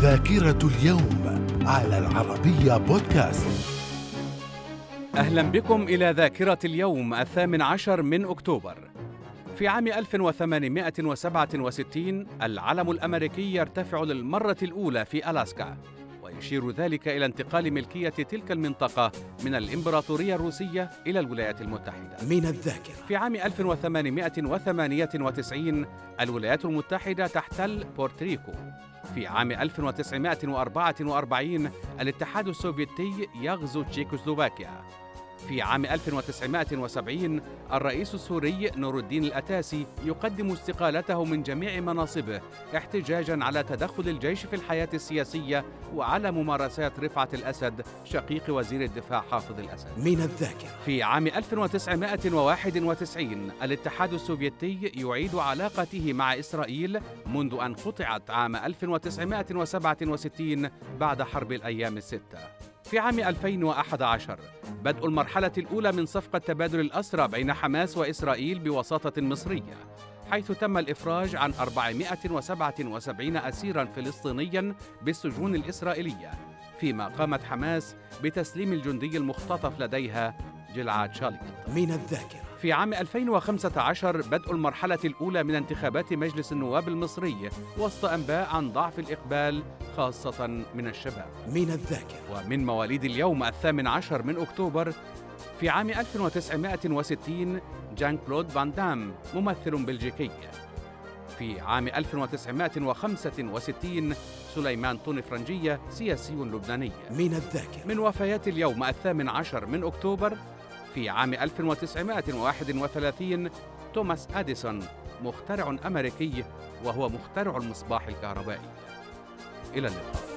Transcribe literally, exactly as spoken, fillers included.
ذاكرة اليوم على العربية بودكاست. أهلا بكم إلى ذاكرة اليوم الثامن عشر من أكتوبر. في عام ألف وثمانمائة وسبعة وستين العلم الأمريكي يرتفع للمرة الأولى في ألاسكا، ويشير ذلك إلى انتقال ملكية تلك المنطقة من الإمبراطورية الروسية إلى الولايات المتحدة. من الذاكرة. في عام ألف وثمانمائة وثمانية وتسعين الولايات المتحدة تحتل بورتوريكو. في عام ألف وتسعمائة وأربعة وأربعين الاتحاد السوفيتي يغزو تشيكوسلوفاكيا. في عام ألف وتسعمائة وسبعين الرئيس السوري نور الدين الأتاسي يقدم استقالته من جميع مناصبه احتجاجاً على تدخل الجيش في الحياة السياسية وعلى ممارسات رفعت الأسد شقيق وزير الدفاع حافظ الأسد. من الذاكرة. في عام ألف وتسعمائة وواحد وتسعين الاتحاد السوفيتي يعيد علاقته مع إسرائيل منذ أن قطعت عام ألف وتسعمائة وسبعة وستين بعد حرب الأيام الستة. في عام ألفين وأحد عشر بدء المرحلة الأولى من صفقة تبادل الأسرى بين حماس وإسرائيل بوساطة مصرية، حيث تم الإفراج عن أربعمائة وسبعة وسبعين أسيراً فلسطينياً بالسجون الإسرائيلية، فيما قامت حماس بتسليم الجندي المختطف لديها جلعاد شاليت. من الذاكرة. في عام ألفين وخمسة عشر بدء المرحلة الأولى من انتخابات مجلس النواب المصري وسط أنباء عن ضعف الإقبال خاصة من الشباب. من الذاكرة. ومن مواليد اليوم الثامن عشر من أكتوبر، في عام ألف وتسعمائة وستين جان كلود فان دام ممثل بلجيكي. في عام ألف وتسعمائة وخمسة وستين سليمان طون فرنجية سياسي لبناني. من الذاكرة. من وفيات اليوم الثامن عشر من أكتوبر، في عام ألف وتسعمائة وواحد وثلاثين توماس أديسون مخترع أمريكي وهو مخترع المصباح الكهربائي. إلى اللقاء.